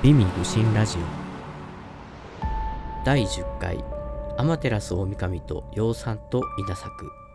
美味愚神ラジオ第10回天照大神と養蚕と稲作。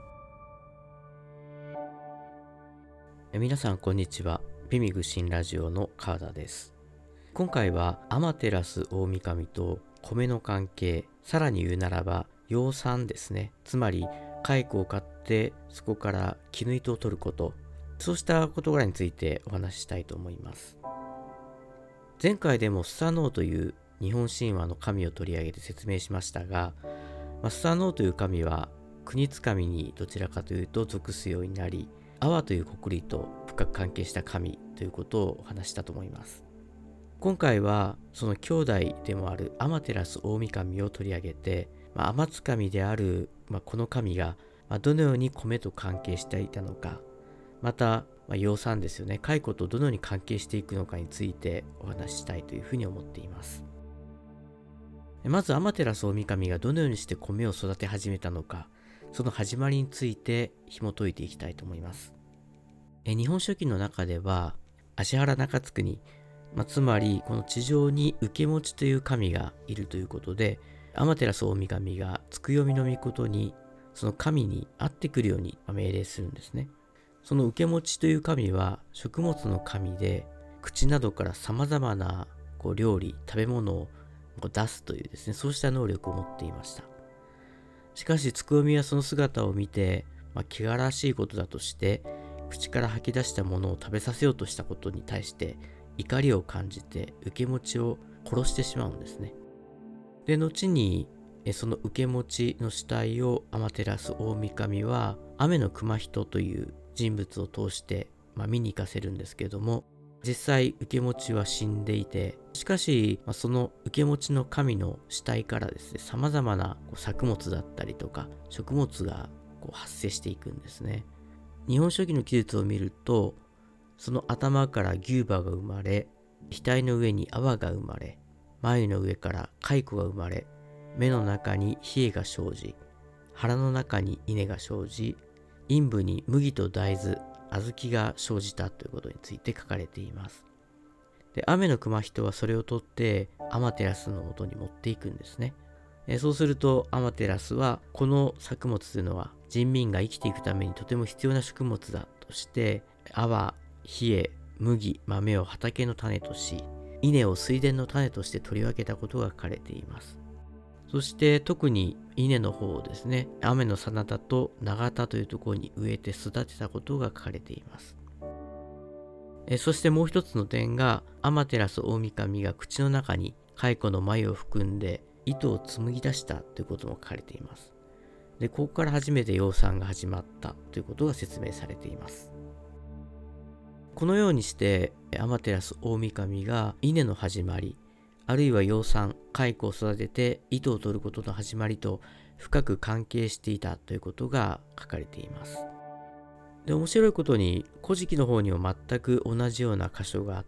皆さんこんにちは。美味愚神ラジオの川田です。今回は天照大神と米の関係、さらに言うならば養蚕ですね。つまり蚕を飼ってそこから絹糸を取ること、そうした事柄についてお話ししたいと思います。前回でもスサノオという日本神話の神を取り上げて説明しましたが、スサノオという神は国津神にどちらかというと属すようになり、阿波という国利と深く関係した神ということをお話したと思います。今回はその兄弟でもある天照大神を取り上げて、天津神である、この神がどのように米と関係していたのか、また養蚕ですよね、蚕とどのように関係していくのかについてお話ししたいというふうに思っています。まず天照大神がどのようにして米を育て始めたのか、その始まりについて紐解いていきたいと思います。日本書紀の中では芦原中津国、つまりこの地上に受持という神がいるということで、天照大神が月読みの命にその神に会ってくるように命令するんですね。その受持という神は食物の神で、口などからさまざまな料理、食べ物を出すというですね、そうした能力を持っていました。しかし、月読はその姿を見て、汚らしいことだとして、口から吐き出したものを食べさせようとしたことに対して怒りを感じて受持を殺してしまうんですね。で、後にその受持の死体を天照大神は雨の熊人という人物を通して見に行かせるんですけれども、実際受持は死んでいて、しかしその受持の神の死体からですね、さまざまな作物だったりとか食物が発生していくんですね。日本書紀の記述を見ると、その頭から牛馬が生まれ、額の上に泡が生まれ、眉の上から蚕が生まれ、目の中に冷えが生じ、腹の中に稲が生じ、陰部に麦と大豆、小豆が生じたということについて書かれています。で、雨の熊人はそれを取って天照のもとに持っていくんですね。そうすると天照はこの作物というのは人民が生きていくためにとても必要な食物だとして、泡、冷え、麦、豆を畑の種とし、稲を水田の種として取り分けたことが書かれています。そして特に稲の方をですね、雨の真田と長田というところに植えて育てたことが書かれています。そしてもう一つの点が、天照大神が口の中に蚕の繭を含んで糸を紡ぎ出したということも書かれています。で、ここから初めて養蚕が始まったということが説明されています。このようにして天照大神が稲の始まり、あるいは養蚕、蚕を育てて糸を取ることの始まりと深く関係していたということが書かれています。で、面白いことに古事記の方にも全く同じような箇所があって、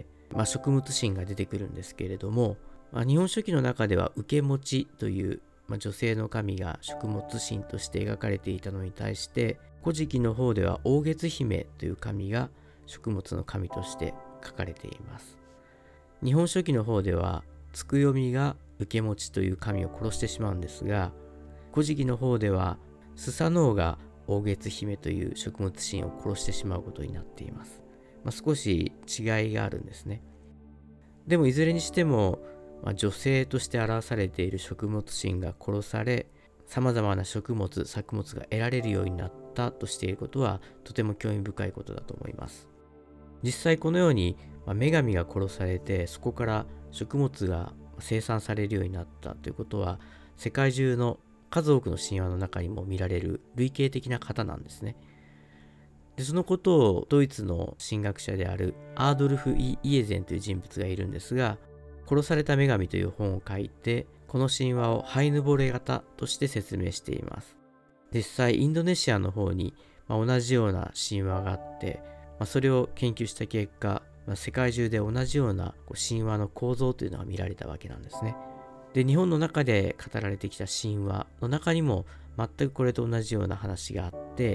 食物神が出てくるんですけれども、日本書紀の中では受持という、女性の神が食物神として描かれていたのに対して、古事記の方では大月姫という神が食物の神として書かれています。日本書紀の方では月読が受持という神を殺してしまうんですが、古事記の方ではスサノオが大月姫という食物神を殺してしまうことになっています。少し違いがあるんですね。でもいずれにしても、女性として表されている食物神が殺され、さまざまな食物、作物が得られるようになったとしていることはとても興味深いことだと思います。実際このように女神が殺されて、そこから食物が生産されるようになったということは、世界中の数多くの神話の中にも見られる類型的な方なんですね。で、そのことをドイツの神学者であるアードルフ・イエゼンという人物がいるんですが、殺された女神という本を書いて、この神話をハイヌボレ型として説明しています。実際インドネシアの方に同じような神話があって、それを研究した結果、世界中で同じような神話の構造というのが見られたわけなんですね。で、日本の中で語られてきた神話の中にも全くこれと同じような話があって、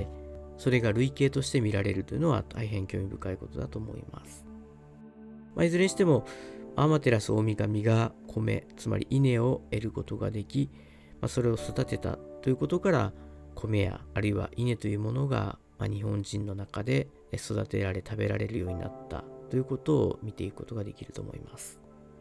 それが類型として見られるというのは大変興味深いことだと思います。いずれにしても、 天照大神が米、つまり稲を得ることができ、それを育てたということから、米やあるいは稲というものが、日本人の中で育てられ食べられるようになったということを見ていくことができると思います。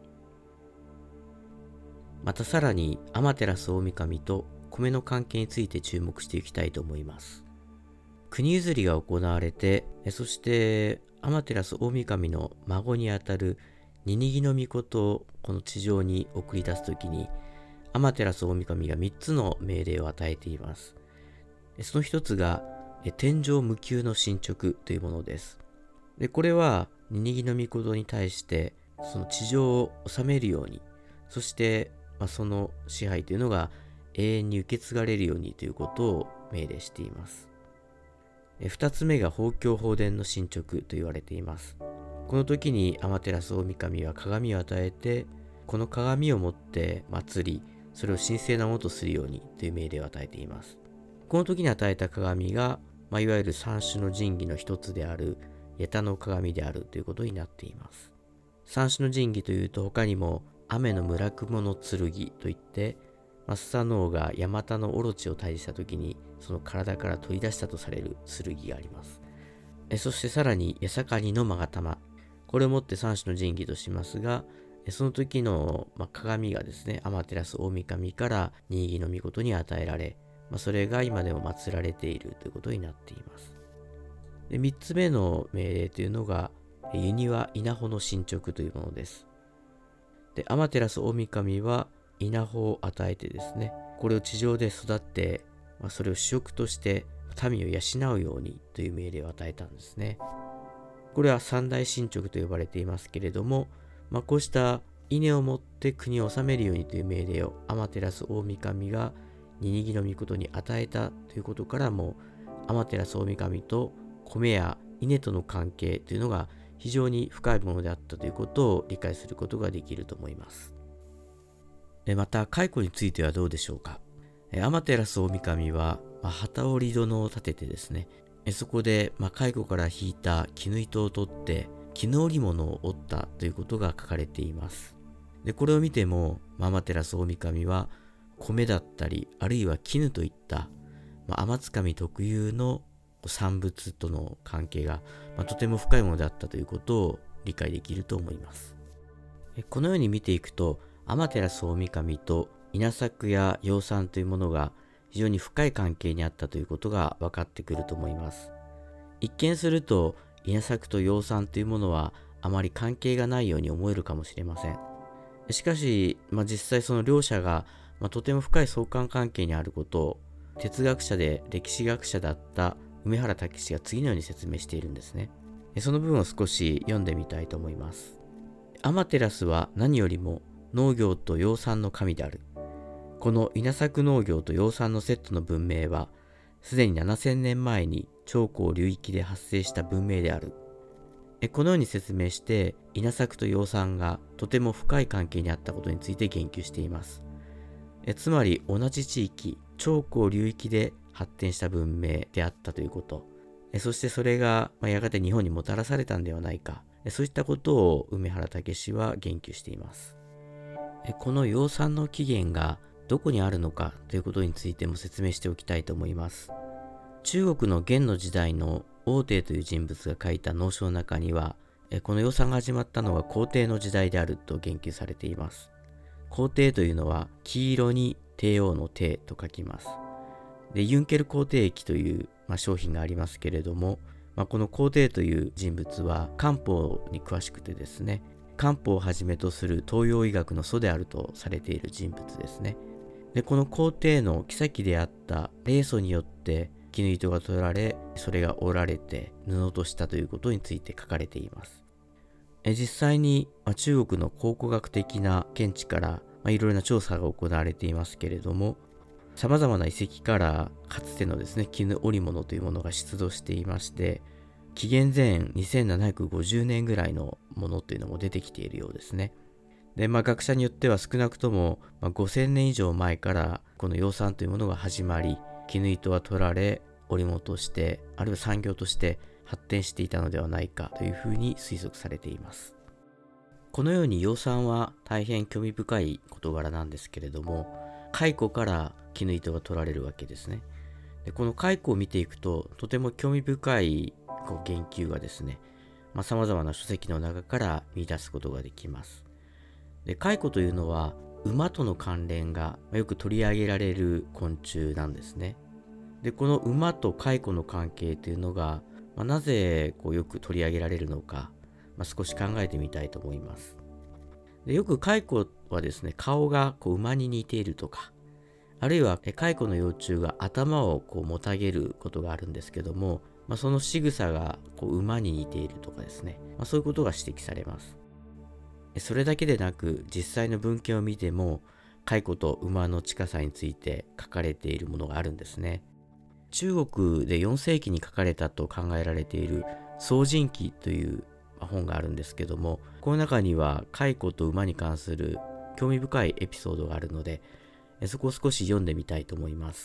またさらに天照大神と米の関係について注目していきたいと思います。国譲りが行われて、そして天照大神の孫にあたるニニギノミコトをこの地上に送り出すときに、天照大神が3つの命令を与えています。その一つが天上無窮の進捗というものです。で、これはニニギノミコトに対してその地上を治めるように、そしてその支配というのが永遠に受け継がれるようにということを命令しています。2つ目が法教法殿の進捗と言われています。この時に天照大神は鏡を与えて、この鏡を持って祭り、それを神聖なものとするようにという命令を与えています。この時に与えた鏡が、いわゆる三種の神器の一つである八田の鏡であるということになっています。三種の神器というと他にも雨の村雲の剣といって、スサノオがヤマタのオロチを退治した時にその体から取り出したとされる剣があります。そしてさらにヤサカニの勾玉、これをもって三種の神器としますが、その時の鏡がですね、天照大神から新木の御事に与えられ、それが今でも祀られているということになっています。で、3つ目の命令というのがユニワ稲穂の進捗というものです。で、天照大神は稲穂を与えてですね、これを地上で育って、それを主食として民を養うようにという命令を与えたんですね。これは三大進捗と呼ばれていますけれども、こうした稲を持って国を治めるようにという命令を天照大神がニニギノミコトに与えたということからも、天照大神と米や稲との関係というのが非常に深いものであったということを理解することができると思います。また蚕についてはどうでしょうか。天照大神は機織り殿を立ててですね、そこで蚕から引いた絹糸を取って絹織物を織ったということが書かれています。で、これを見ても天照大神は米だったり、あるいは絹といった天津神特有の産物との関係がとても深いものであったということを理解できると思います。このように見ていくと、天照大神と稲作や養蚕というものが非常に深い関係にあったということが分かってくると思います。一見すると稲作と養蚕というものはあまり関係がないように思えるかもしれません。しかし、実際その両者がとても深い相関関係にあることを哲学者で歴史学者だった梅原武史が次のように説明しているんですね。その部分を少し読んでみたいと思います。天照は何よりも農業と養蚕の神である。この稲作農業と養蚕のセットの文明は、すでに7000年前に長江流域で発生した文明である。このように説明して、稲作と養蚕がとても深い関係にあったことについて言及しています。つまり同じ地域、長江流域で発展した文明であったということ。そしてそれがやがて日本にもたらされたんではないか。そういったことを梅原武史は言及しています。この養蚕の起源がどこにあるのかということについても説明しておきたいと思います。中国の元の時代の王帝という人物が書いた農書の中には、この養蚕が始まったのは皇帝の時代であると言及されています。皇帝というのは黄色に帝王の帝と書きます。で、ユンケル皇帝液という商品がありますけれども、この皇帝という人物は漢方に詳しくてですね、漢方をはじめとする東洋医学の祖であるとされている人物ですね。で、この皇帝の后であった霊祖によって絹糸が取られ、それが織られて布としたということについて書かれています。実際に中国の考古学的な見地からいろいろな調査が行われていますけれども、様々な遺跡からかつてのですね、絹織物というものが出土していまして、紀元前2750年ぐらいのものというのも出てきているようですね。で、学者によっては少なくとも5000年以上前からこの養蚕というものが始まり、絹糸は取られ、織物として、あるいは産業として発展していたのではないかというふうに推測されています。 このように養蚕は大変興味深い事柄なんですけれども、蚕から絹糸が取られるわけですね。でこの蚕を見ていくと、とても興味深い言及がですね、様々な書籍の中から見出すことができます。で蚕というのは馬との関連がよく取り上げられる昆虫なんですね。でこの馬と蚕の関係というのが、なぜよく取り上げられるのか、少し考えてみたいと思います。でよく蚕はですね、顔が馬に似ているとか、あるいは蚕の幼虫が頭をもたげることがあるんですけども、その仕草が馬に似ているとかですね、そういうことが指摘されます。それだけでなく、実際の文献を見ても蚕と馬の近さについて書かれているものがあるんですね。中国で4世紀に書かれたと考えられている宋人記という本があるんですけども、この中には蚕と馬に関する興味深いエピソードがあるので、そこを少し読んでみたいと思います。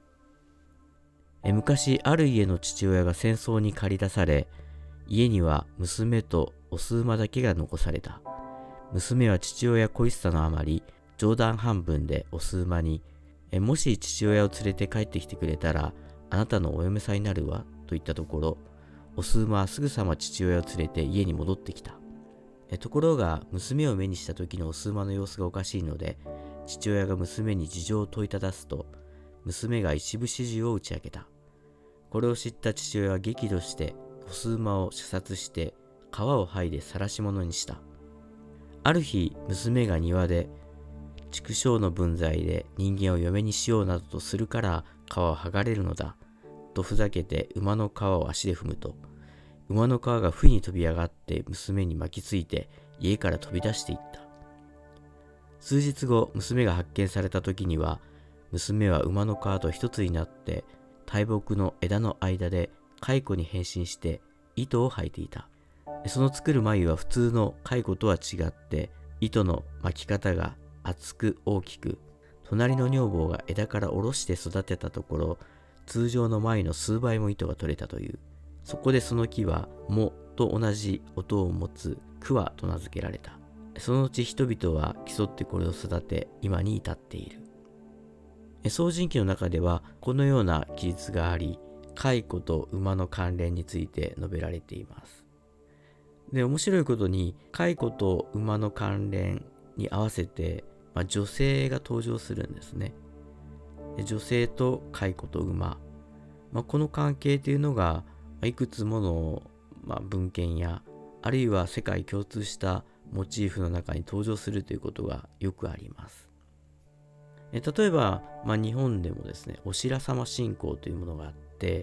昔ある家の父親が戦争に駆り出され、家には娘とオス馬だけが残された。娘は父親恋しさのあまり、冗談半分でオス馬に、もし父親を連れて帰ってきてくれたら、あなたのお嫁さんになるわ、と言ったところ、オス馬はすぐさま父親を連れて家に戻ってきた。ところが、娘を目にした時のオス馬の様子がおかしいので、父親が娘に事情を問いただすと、娘が一部始終を打ち明けた。これを知った父親は激怒して、オス馬を射殺して、皮を剥いで晒し物にした。ある日、娘が庭で、畜生の分際で人間を嫁にしようなどとするから皮を剥がれるのだ、とふざけて馬の皮を足で踏むと、馬の皮が不意に飛び上がって娘に巻きついて家から飛び出していった。数日後、娘が発見された時には、娘は馬の皮と一つになって大木の枝の間で蚕に変身して糸を履いていた。その作る繭は普通の蚕とは違って、糸の巻き方が厚く大きく、隣の女房が枝から下ろして育てたところ、通常の繭の数倍も糸が取れたという。そこでその木は藻と同じ音を持つ桑と名付けられた。そのうち人々は競ってこれを育て、今に至っている。宋人記の中ではこのような記述があり、蚕と馬の関連について述べられています。で、面白いことに蚕と馬の関連に合わせて、女性が登場するんですね。女性と蚕と馬、この関係というのがいくつもの、文献やあるいは世界共通したモチーフの中に登場するということがよくあります。例えば、日本でもですね、お白様信仰というものがあって、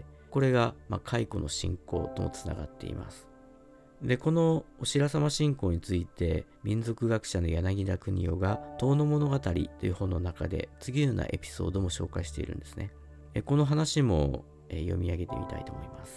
これが蚕の信仰ともつながっています。で、このお白様信仰について民族学者の柳田国男が遠野物語という本の中で次のようなエピソードも紹介しているんですね。この話も読み上げてみたいと思います。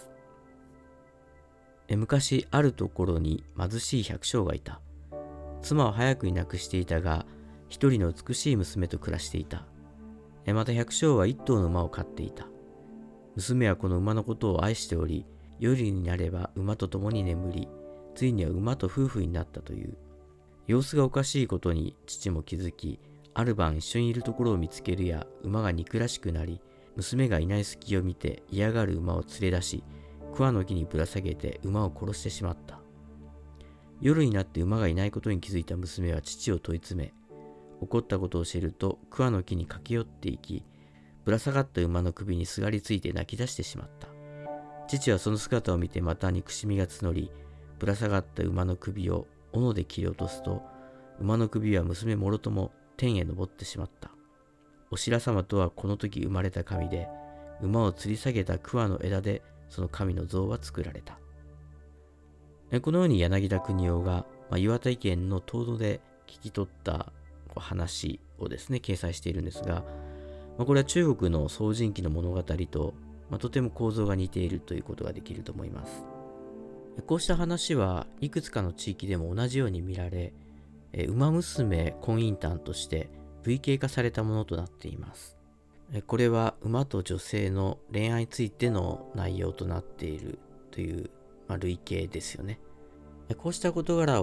昔あるところに貧しい百姓がいた。妻を早くに亡くしていたが、一人の美しい娘と暮らしていた。また百姓は一頭の馬を飼っていた。娘はこの馬のことを愛しており、夜になれば馬と共に眠り、ついには馬と夫婦になったという。様子がおかしいことに父も気づき、ある晩一緒にいるところを見つけるや、馬が憎らしくなり、娘がいない隙を見て嫌がる馬を連れ出し、桑の木にぶら下げて馬を殺してしまった。夜になって馬がいないことに気づいた娘は父を問い詰め、起こったことを知ると桑の木に駆け寄っていき、ぶら下がった馬の首にすがりついて泣き出してしまった。父はその姿を見てまた憎しみが募り、ぶら下がった馬の首を斧で切り落とすと、馬の首は娘もろとも天へ昇ってしまった。お白様とはこの時生まれた神で、馬を吊り下げた桑の枝でその神の像は作られた。このように柳田国男が、岩手県の遠野で聞き取った話をですね、掲載しているんですが、これは中国の宋人記の物語と、とても構造が似ているということができると思います。こうした話はいくつかの地域でも同じように見られ、馬娘婚姻譚として類型化されたものとなっています。これは馬と女性の恋愛についての内容となっているという、類型ですよね。こうした事柄を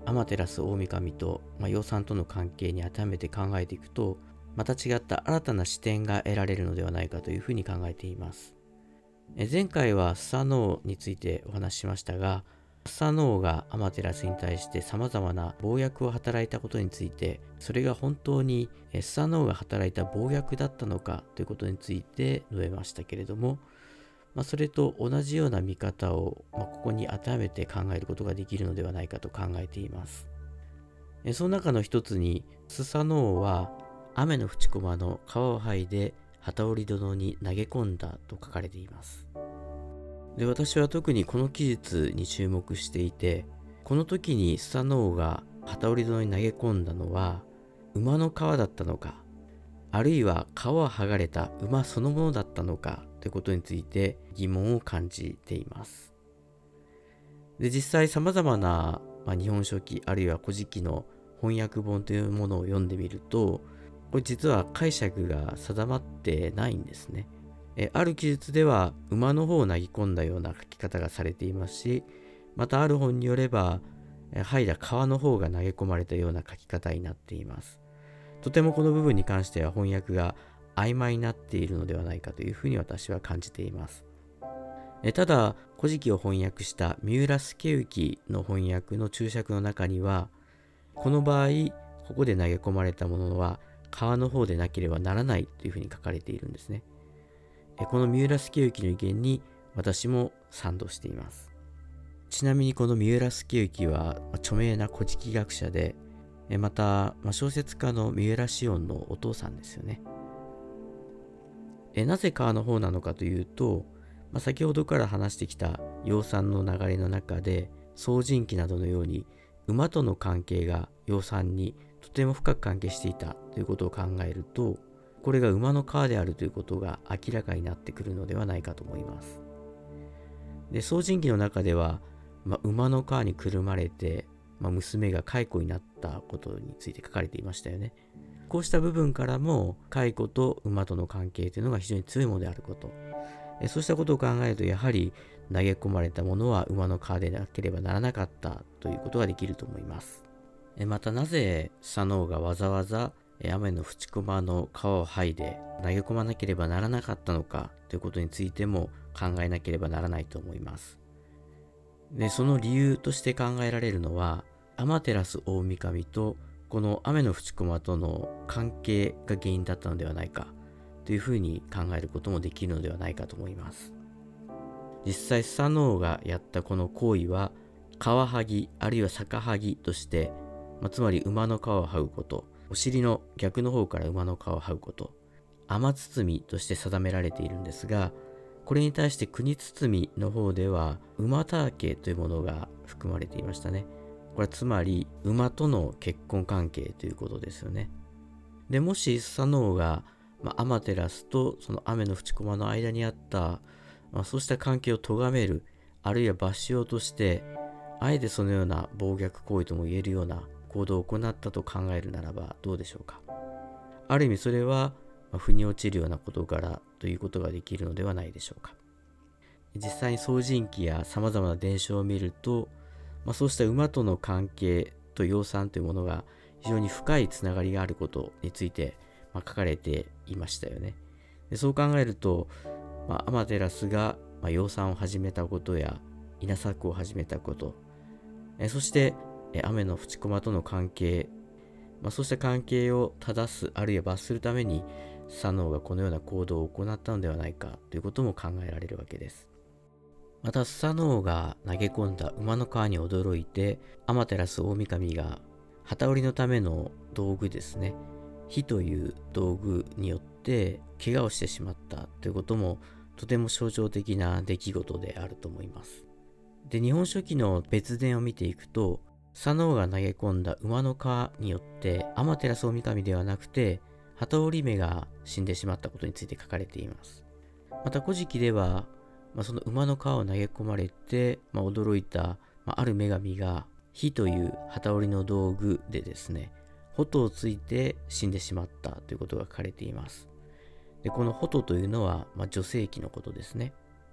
天照大神と、養蚕との関係に当てはめて考えていくと、また違った新たな視点が得られるのではないかというふうに考えています。前回はスサノオについてお話ししましたが、スサノオがアマテラスに対して様々な謀略を働いたことについて、それが本当にスサノオが働いた謀略だったのかということについて述べましたけれども、それと同じような見方を、ここに当てはめて考えることができるのではないかと考えています。その中の一つに、スサノオは雨の淵駒の皮を剥いで機織殿に投げ込んだと書かれています。で、私は特にこの記述に注目していて、この時にスサノオが機織殿に投げ込んだのは馬の皮だったのか、あるいは皮を剥がれた馬そのものだったのかということについて疑問を感じています。で、実際様々な、日本書紀あるいは古事記の翻訳本というものを読んでみると、これ実は解釈が定まってないんですね。ある記述では馬の方を投げ込んだような書き方がされていますし、またある本によれば剥いだ皮の方が投げ込まれたような書き方になっています。とてもこの部分に関しては翻訳が曖昧になっているのではないかというふうに私は感じています。ただ、古事記を翻訳した三浦助之の翻訳の注釈の中には、この場合、ここで投げ込まれたものは皮の方でなければならないというふうに書かれているんですね。この三浦助之の意見に私も賛同しています。ちなみにこの三浦助之は著名な古事記学者で、また小説家の三浦紫音のお父さんですよね。なぜ皮の方なのかというと、先ほどから話してきた養蚕の流れの中で、宋人記などのように馬との関係が養蚕にとても深く関係していたということを考えると、これが馬の皮であるということが明らかになってくるのではないかと思います。で、宋人記の中では、馬の皮にくるまれて、娘が蚕になったことについて書かれていましたよね。こうした部分からも蚕と馬との関係というのが非常に強いものであること、そうしたことを考えると、やはり投げ込まれたものは馬の皮でなければならなかったということができると思います。また、なぜスサノオがわざわざ雨の淵駒の皮を剥いで投げ込まなければならなかったのかということについても考えなければならないと思います。で、その理由として考えられるのは、天照大神とこの雨の淵駒との関係が原因だったのではないかというふうに考えることもできるのではないかと思います。実際スサノオがやったこの行為は、皮剥ぎあるいは逆剥ぎとして、つまり馬の皮を剥ぐこと、お尻の逆の方から馬の皮を剥ぐこと、雨包みとして定められているんですが、これに対して国包の方では馬たけというものが含まれていましたね。これはつまり馬との結婚関係ということですよね。で、もしスサノオがアマテラスとその雨の淵駒の間にあった、そうした関係を咎める、あるいは罰しようとして、あえてそのような暴虐行為とも言えるような行動を行ったと考えるならばどうでしょうか。ある意味それは腑に落ちるような事柄ということができるのではないでしょうか。実際に宋人記や様々な伝承を見ると、そうした馬との関係と養蚕というものが非常に深いつながりがあることについて書かれていましたよね。で、そう考えると、アマテラスが養蚕を始めたことや稲作を始めたこと、そして雨の淵駒との関係、そうした関係を正すあるいは罰するためにスサノオがこのような行動を行ったのではないかということも考えられるわけです。またスサノオが投げ込んだ馬の皮に驚いて、アマテラス大神が機織りのための道具ですね、火という道具によって怪我をしてしまったということもとても象徴的な出来事であると思います。で、日本書紀の別伝を見ていくと、スサノオが投げ込んだ馬の皮によってアマテラス大神ではなくて機織り目が死んでしまったことについて書かれています。また古事記では、その馬の皮を投げ込まれて、驚いた、ある女神が火という機織りの道具でですね、矛をついて死んでしまったということが書かれています。で、この矛というのは、女性器のことですね。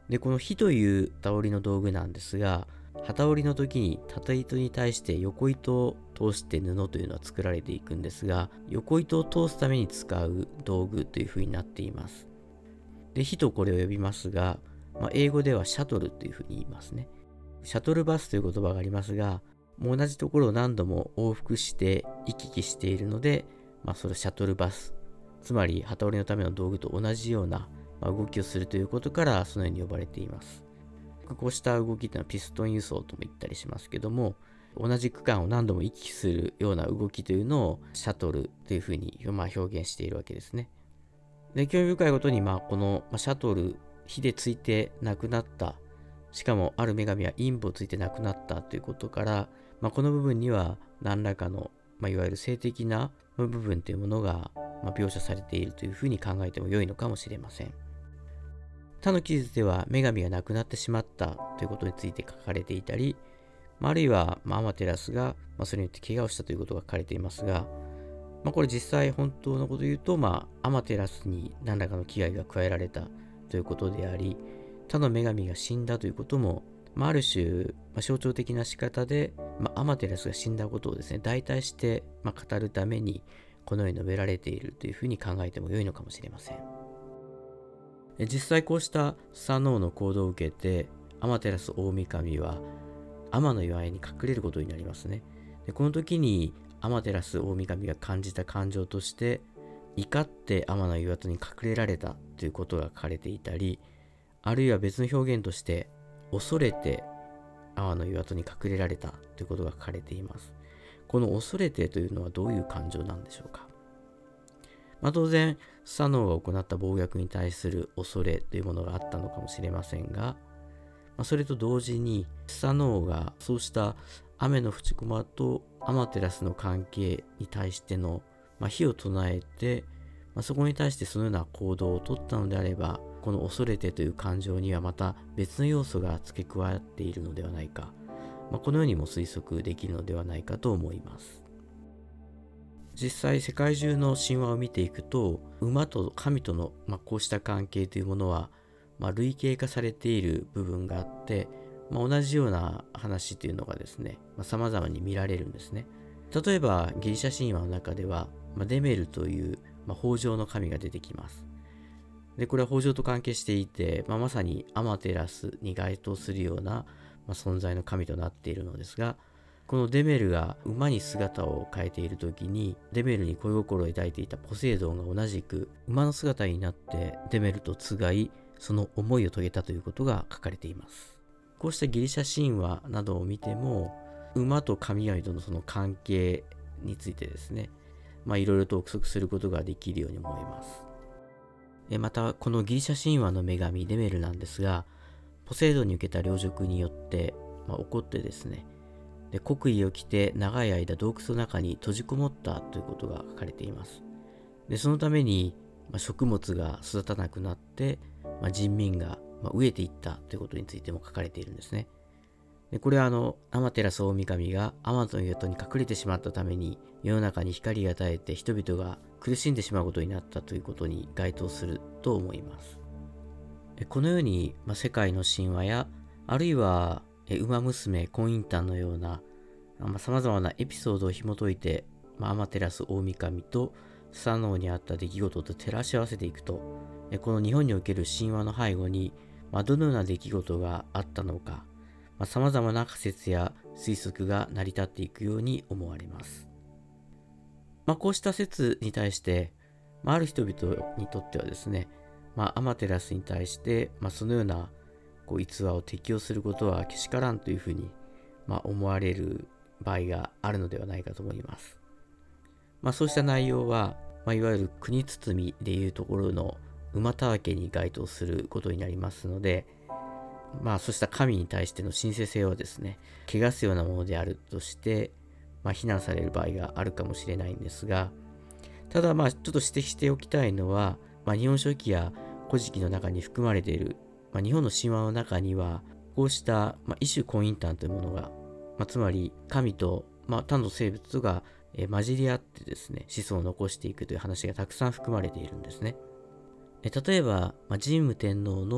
で、この火という機織りの道具なんですが、機織りの時に縦糸に対して横糸を通して布というのは作られていくんですが、横糸を通すために使う道具というふうになっています。で、火とこれを呼びますが、英語ではシャトルというふうに言いますね。シャトルバスという言葉がありますが、もう同じところを何度も往復して行き来しているので、それをシャトルバス、つまり機織りのための道具と同じような動きをするということからそのように呼ばれています。こうした動きというのはピストン輸送とも言ったりしますけども、同じ区間を何度も行き来するような動きというのをシャトルというふうに表現しているわけですね。で、興味深いことにこのシャトル、火でついて亡くなった、しかもある女神は陰部をついて亡くなったということから、この部分には何らかの、いわゆる性的な部分というものが描写されているというふうに考えても良いのかもしれません。他の記述では女神が亡くなってしまったということについて書かれていたり、あるいはアマテラスがそれによって怪我をしたということが書かれていますが、これ実際本当のことを言うと、アマテラスに何らかの危害が加えられたということであり、他の女神が死んだということも、ある種、象徴的な仕方で、アマテラスが死んだことをですね、代替して、語るために、このように述べられているというふうに考えても良いのかもしれません。実際こうしたサノオの行動を受けて、アマテラス大神は、天の岩に隠れることになりますね。で、この時に、アマテラス大神が感じた感情として、怒って天の岩戸に隠れられたということが書かれていたり、あるいは別の表現として、恐れて天の岩戸に隠れられたということが書かれています。この恐れてというのはどういう感情なんでしょうか。当然、サノオが行った暴虐に対する恐れというものがあったのかもしれませんが、それと同時に、サノオがそうした雨の淵駒とアマテラスの関係に対しての非を唱えて、そこに対してそのような行動をとったのであれば、この恐れてという感情にはまた別の要素が付け加わっているのではないか、このようにも推測できるのではないかと思います。実際世界中の神話を見ていくと、馬と神とのこうした関係というものは類型化されている部分があって、同じような話というのがですね、様々に見られるんですね。例えばギリシャ神話の中では、デメルという豊穣の神が出てきます。で、これは豊穣と関係していて、まさにアマテラスに該当するような、存在の神となっているのですが、このデメルが馬に姿を変えている時に、デメルに恋心を抱いていたポセイドンが同じく馬の姿になってデメルとつがい、その思いを遂げたということが書かれています。こうしたギリシャ神話などを見ても、馬と神々とのその関係についてですね、いろいろと憶測することができるように思います。また、このギリシャ神話の女神デメルなんですが、ポセイドンに受けた陵辱によって、怒ってですね、で、国衣を着て長い間洞窟の中に閉じこもったということが書かれています。で、そのために、食物が育たなくなって、人民が飢えていったということについても書かれているんですね。で、これはアマテラス大神がアマの岩戸に隠れてしまったために、世の中に光が絶えて人々が苦しんでしまうことになったということに該当すると思います。このように、世界の神話や、あるいは馬娘コインタンのような様々なエピソードを紐解いて、アマテラス大神とサノオにあった出来事と照らし合わせていくと、この日本における神話の背後に、どのような出来事があったのか、様々な仮説や推測が成り立っていくように思われます。こうした説に対して、ある人々にとってはですね、アマテラスに対して、そのような逸話を適用することはけしからんというふうに、思われる場合があるのではないかと思います。そうした内容は、いわゆる国包でいうところの馬たわけに該当することになりますので、そうした神に対しての神聖性をですね、汚すようなものであるとして、非難される場合があるかもしれないんですが、ただちょっと指摘しておきたいのは、日本書紀や古事記の中に含まれている、日本の神話の中には、こうした異種婚姻譚というものが、つまり神と、他の生物とが混じり合ってですね、子孫を残していくという話がたくさん含まれているんですね。例えば、神武天皇の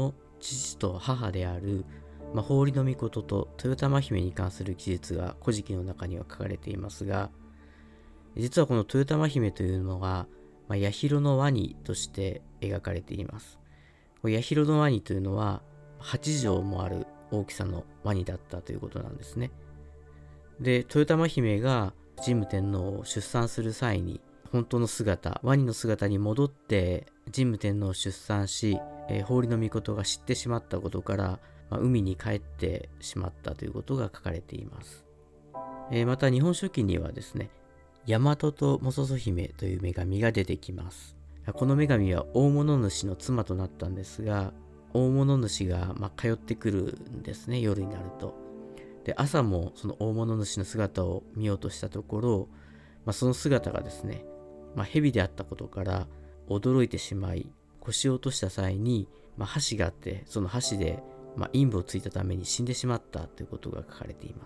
父と母である、法理命と豊玉姫に関する記述が古事記の中には書かれていますが、実はこの豊玉姫というのが、八尋のワニとして描かれています。八尋のワニというのは8畳もある大きさのワニだったということなんですね。で、豊玉姫が神武天皇を出産する際に本当の姿、ワニの姿に戻って神武天皇を出産し、法理命が知ってしまったことから、海に帰ってしまったということが書かれています。また日本書紀にはですね、大和ともそそ姫という女神が出てきます。この女神は大物主の妻となったんですが、大物主が通ってくるんですね、夜になると。で、朝もその大物主の姿を見ようとしたところ、その姿がですね、蛇であったことから驚いてしまい、腰を落とした際に、箸があって、その箸で陰部をついたために死んでしまったということが書かれています。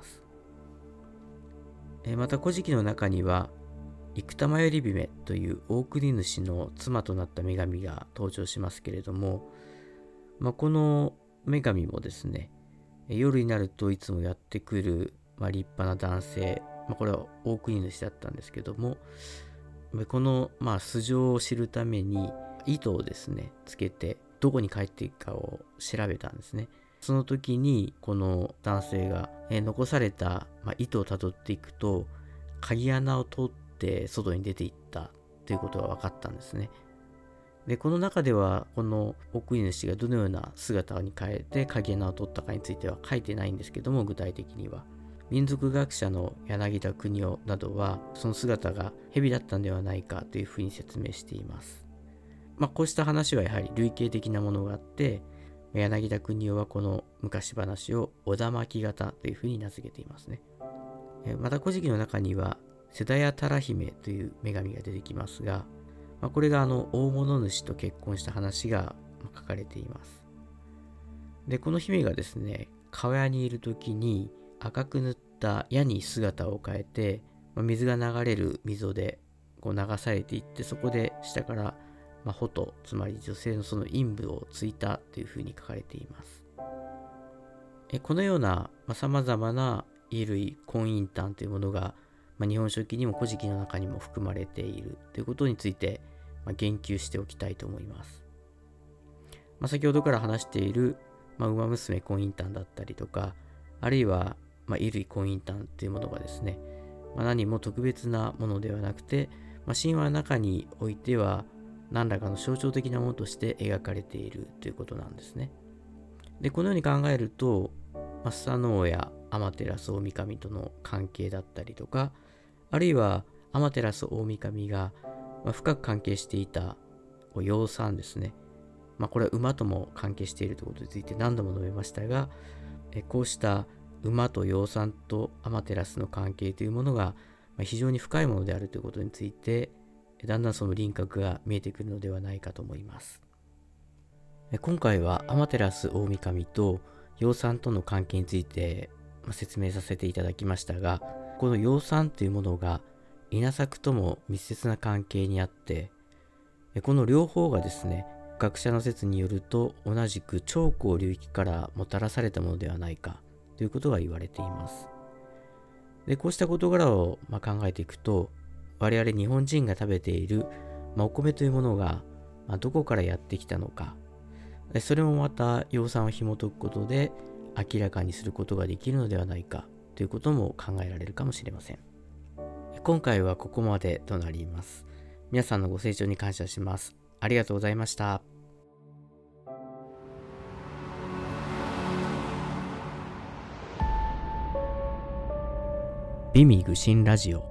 また古事記の中には生玉頼姫という大国主の妻となった女神が登場しますけれども、この女神もですね、夜になるといつもやってくる、立派な男性、これは大国主だったんですけども、この、素性を知るために糸をですねつけてどこに帰っていくかを調べたんですね。その時にこの男性が、残された、糸をたどっていくと鍵穴を通って外に出ていったということが分かったんですね。で、この中ではこの送り主がどのような姿に変えて鍵穴を取ったかについては書いてないんですけども、具体的には民族学者の柳田国夫などはその姿が蛇だったんではないかというふうに説明しています。こうした話はやはり類型的なものがあって、柳田国夫はこの昔話を小田巻型というふうに名付けていますね。また古事記の中には世田谷太良姫という女神が出てきますが、これが大物主と結婚した話が書かれています。で、この姫がですね、川屋にいる時に赤く塗った矢に姿を変えて、水が流れる溝でこう流されていって、そこで下から穂と、つまり女性のその陰部をついたというふうに書かれています。このような様々な衣類、婚姻譚というものが、日本書紀にも古事記の中にも含まれているということについて、言及しておきたいと思います。先ほどから話している、馬娘婚姻譚だったりとか、あるいは、衣類婚姻譚というものがですね、何も特別なものではなくて、神話の中においては何らかの象徴的なものとして描かれているということなんですね。で、このように考えると、スサノオやアマテラス大神との関係だったりとか、あるいはアマテラス大神が深く関係していた養蚕ですね。これは馬とも関係しているということについて何度も述べましたが、こうした馬と養蚕とアマテラスの関係というものが非常に深いものであるということについて、だんだんその輪郭が見えてくるのではないかと思います。今回はアマテラス大神と養蚕との関係について説明させていただきましたが、この養蚕というものが稲作とも密接な関係にあって、この両方がですね、学者の説によると同じく長江流域からもたらされたものではないかということが言われています。で、こうした事柄を考えていくと、我々日本人が食べているお米というものがどこからやってきたのか、それもまた養蚕を紐解くことで明らかにすることができるのではないかということも考えられるかもしれません。今回はここまでとなります。皆さんのご清聴に感謝します。ありがとうございました。美味愚心ラジオ。